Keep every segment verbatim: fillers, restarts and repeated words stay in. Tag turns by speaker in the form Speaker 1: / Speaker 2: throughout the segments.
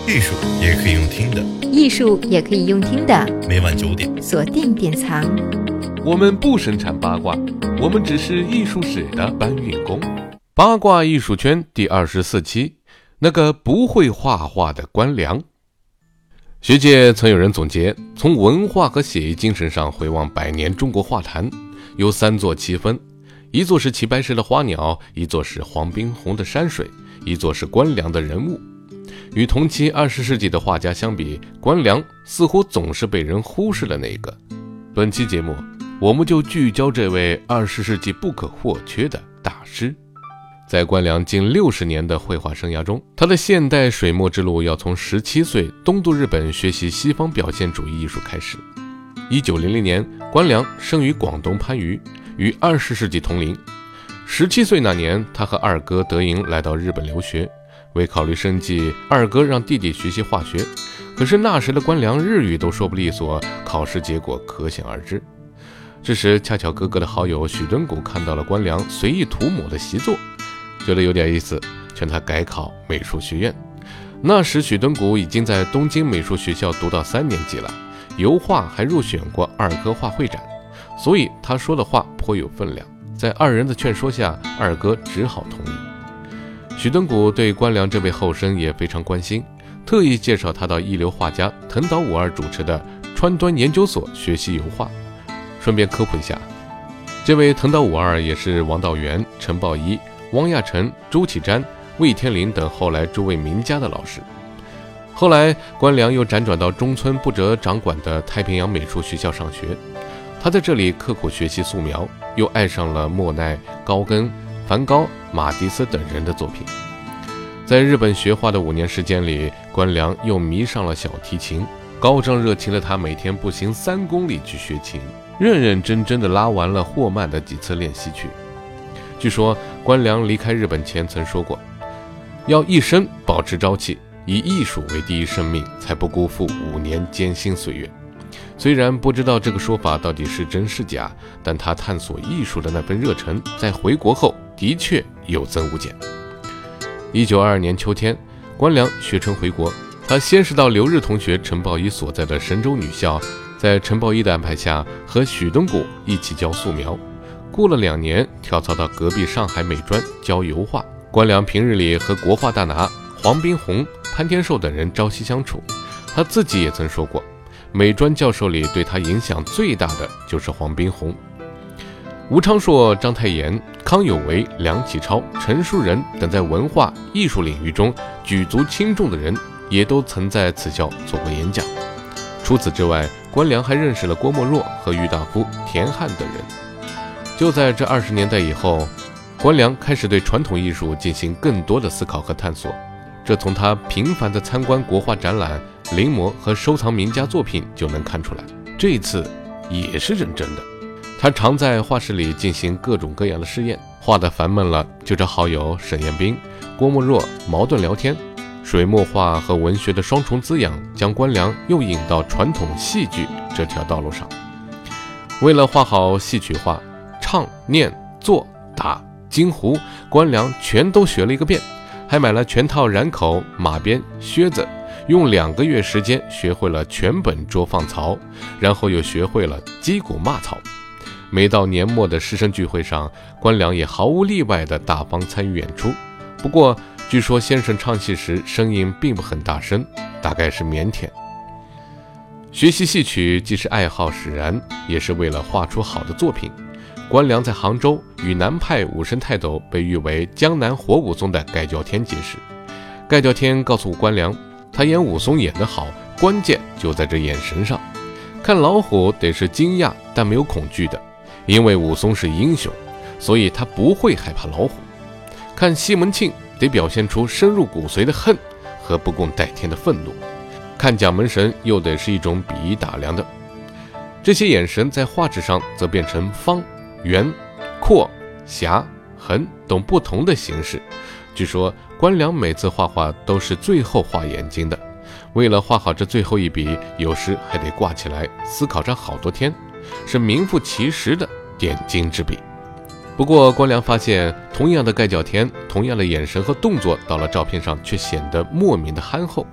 Speaker 1: 艺术也可以用听的，
Speaker 2: 艺术也可以用听的。
Speaker 1: 每晚九点，
Speaker 2: 锁定典藏。
Speaker 3: 我们不生产八卦，我们只是艺术史的搬运工。八卦艺术圈第二十四期，那个不会画画的官僚。学界曾有人总结，从文化和写意精神上回望百年中国画坛，有三座奇峰，一座是齐白石的花鸟，一座是黄宾虹的山水，一座是官僚的人物。与同期二十世纪的画家相比，官僚似乎总是被人忽视了那个。本期节目，我们就聚焦这位二十世纪不可或缺的大师。在官僚近六十年的绘画生涯中，他的现代水墨之路要从十七岁东渡日本学习西方表现主义艺术开始。一九零零年，官僚生于广东番禺，与二十世纪同龄。十七岁那年，他和二哥德莹来到日本留学。为考虑生计，二哥让弟弟学习化学。可是那时的官僚日语都说不利索，考试结果可想而知。这时恰巧哥哥的好友许敦谷看到了官僚随意涂抹的习作，觉得有点意思，劝他改考美术学院。那时许敦谷已经在东京美术学校读到三年级了，油画还入选过二哥画会展，所以他说的话颇有分量。在二人的劝说下，二哥只好同意。许敦谷对官僚这位后生也非常关心，特意介绍他到一流画家藤岛武二主持的川端研究所学习油画。顺便科普一下，这位藤岛武二也是王道元、陈抱一、汪亚尘、朱启瞻、魏天林等后来诸位名家的老师。后来官僚又辗转到中村不折掌管的太平洋美术学校上学，他在这里刻苦学习素描，又爱上了莫奈、高更、梵高、马蒂斯等人的作品。在日本学画的五年时间里，官僚又迷上了小提琴，高涨热情的他每天步行三公里去学琴，认认真真地拉完了霍曼的几次练习曲。据说官僚离开日本前曾说过，要一生保持朝气，以艺术为第一生命，才不辜负五年艰辛岁月。虽然不知道这个说法到底是真是假，但他探索艺术的那份热忱在回国后的确有增无减。一九二二年秋天，官僚学成回国，他先是到留日同学陈抱一所在的神州女校，在陈抱一的安排下和许敦谷一起教素描。过了两年，跳槽到隔壁上海美专教油画。官僚平日里和国画大拿黄宾虹、潘天寿等人朝夕相处，他自己也曾说过，美专教授里对他影响最大的就是黄宾虹。吴昌硕、章太炎、康有为、梁启超、陈树人等在文化艺术领域中举足轻重的人，也都曾在此校做过演讲。除此之外，官僚还认识了郭沫若和郁大夫、田汉等人。就在这二十年代以后，官僚开始对传统艺术进行更多的思考和探索，这从他频繁地参观国画展览、临摹和收藏名家作品就能看出来。这一次也是认真的，他常在画室里进行各种各样的试验，画得烦闷了就找好友沈彦斌、郭沫若矛盾聊天。水墨画和文学的双重滋养，将官僚又引到传统戏剧这条道路上。为了画好戏曲画，唱、念、做、打、京胡，官僚全都学了一个遍，还买了全套染口、马鞭、靴子，用两个月时间学会了全本捉放曹，然后又学会了击鼓骂曹。每到年末的师生聚会上，官僚也毫无例外地大方参与演出。不过据说先生唱戏时声音并不很大声，大概是腼腆。学习戏曲既是爱好使然，也是为了画出好的作品。官僚在杭州与南派武生泰斗被誉为江南活武松的盖叫天结识。盖叫天告诉官僚，他演武松演得好，关键就在这眼神上。看老虎得是惊讶但没有恐惧的，因为武松是英雄，所以他不会害怕老虎。看西门庆得表现出深入骨髓的恨和不共戴天的愤怒，看蒋门神又得是一种鄙夷打量的。这些眼神在画纸上则变成方、圆、阔、狭、横等不同的形式。据说官僚每次画画都是最后画眼睛的，为了画好这最后一笔，有时还得挂起来思考上好多天，是名副其实的点睛之笔。不过官僚发现，同样的盖叫天，同样的眼神和动作，到了照片上却显得莫名的憨厚。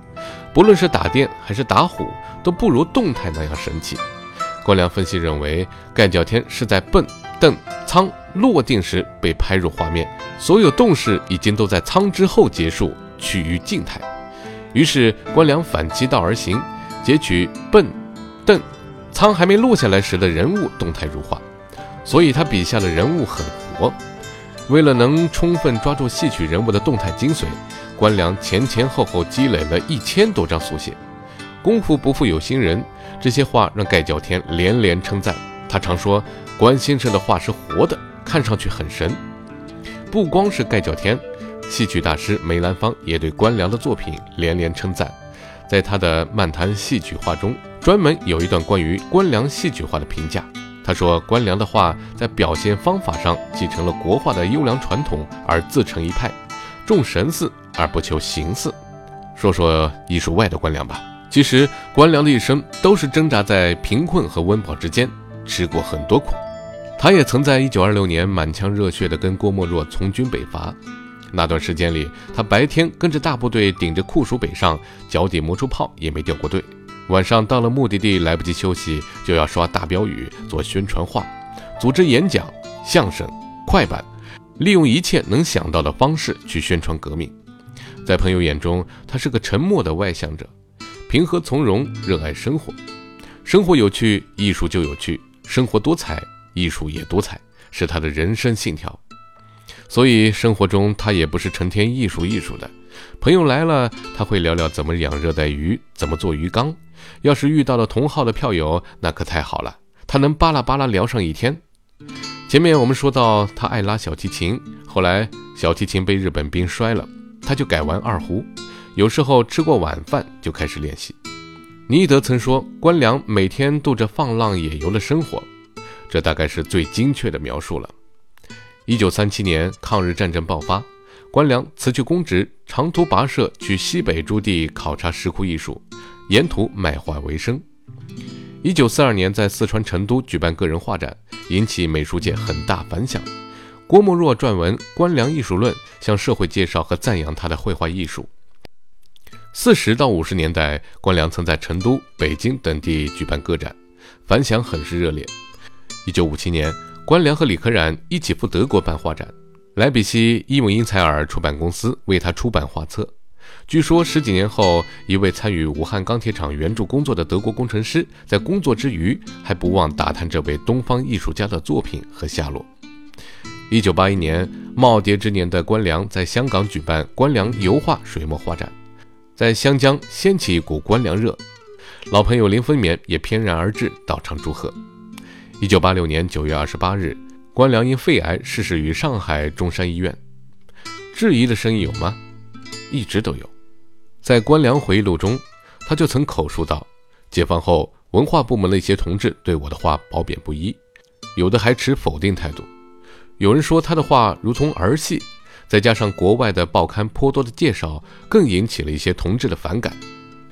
Speaker 3: 不论是打电还是打虎，都不如动态那样神奇。关良分析认为，盖叫天是在艮、艮、仓落定时被拍入画面，所有动势已经都在仓之后结束，趋于静态。于是关良反其道而行，截取艮、艮、仓还没落下来时的人物动态入画，所以他笔下的人物很活。为了能充分抓住戏曲人物的动态精髓，关良前前后后积累了一千多张速写。功夫不负有心人，这些话让盖叫天连连称赞。他常说关先生的画是活的，看上去很神。不光是盖叫天，戏曲大师梅兰芳也对关良的作品连连称赞。在他的漫谈戏曲画中，专门有一段关于关良戏曲画的评价。他说，关良的画在表现方法上继承了国画的优良传统，而自成一派，重神似而不求形似。说说艺术外的关良吧。其实关良的一生都是挣扎在贫困和温饱之间，吃过很多苦。他也曾在一九二六年满腔热血地跟郭沫若从军北伐。那段时间里，他白天跟着大部队顶着酷暑北上，脚底磨出泡也没掉过队。晚上到了目的地，来不及休息，就要刷大标语，做宣传画，组织演讲、相声、快板，利用一切能想到的方式去宣传革命。在朋友眼中，他是个沉默的外向者，平和从容，热爱生活。生活有趣，艺术就有趣；生活多彩，艺术也多彩，是他的人生信条。所以生活中他也不是成天艺术艺术的。朋友来了，他会聊聊怎么养热带鱼，怎么做鱼缸。要是遇到了同号的票友，那可太好了，他能巴拉巴拉聊上一天。前面我们说到他爱拉小提琴，后来小提琴被日本兵摔了，他就改玩二胡，有时候吃过晚饭就开始练习。尼德曾说，关良每天度着放浪野游的生活，这大概是最精确的描述了。一九三七年抗日战争爆发，关良辞去公职，长途跋涉去西北诸地考察石窟艺术，沿途卖画为生。一九四二年在四川成都举办个人画展，引起美术界很大反响。郭沫若撰文《关良艺术论》，向社会介绍和赞扬他的绘画艺术。四十到五十年代，关良曾在成都、北京等地举办个展，反响很是热烈。一九五七年，关良和李可染一起赴德国办画展，莱比锡伊姆因采尔出版公司为他出版画册。据说十几年后，一位参与武汉钢铁厂援助工作的德国工程师，在工作之余还不忘打探这位东方艺术家的作品和下落。一九八一年，耄耋之年的关良在香港举办关良油画水墨画展，在湘江掀起一股关良热，老朋友林风眠也翩然而至，到场祝贺。一九八六年九月二十八日，关良因肺癌逝世于上海中山医院。质疑的声音有吗？一直都有。在关良回忆录中，他就曾口述道，解放后文化部门的一些同志对我的画褒贬不一，有的还持否定态度。有人说他的画如同儿戏，再加上国外的报刊颇多的介绍，更引起了一些同志的反感。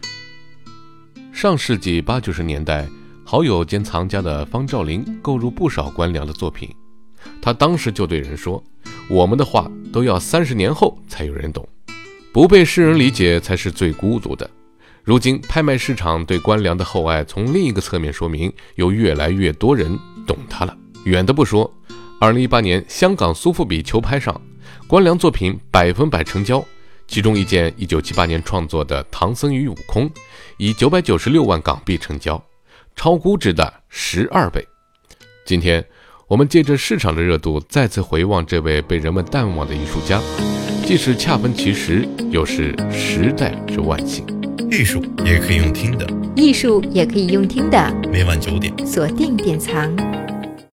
Speaker 3: 上世纪八九十年代，好友兼藏家的方兆林购入不少关良的作品，他当时就对人说，我们的画都要三十年后才有人懂，不被世人理解才是最孤独的。如今拍卖市场对关良的厚爱，从另一个侧面说明，有越来越多人懂他了。远的不说，二零一八年香港苏富比球拍上，关良作品百分百成交，其中一件一九七八年创作的唐僧与悟空，以九百九十六万港币成交，超估值的十二倍。今天我们借着市场的热度，再次回望这位被人们淡忘的艺术家，既是恰逢其时，又是时代之万幸。
Speaker 1: 艺术也可以用听的，
Speaker 2: 艺术也可以用听的，
Speaker 1: 每晚九点，
Speaker 2: 锁定典藏。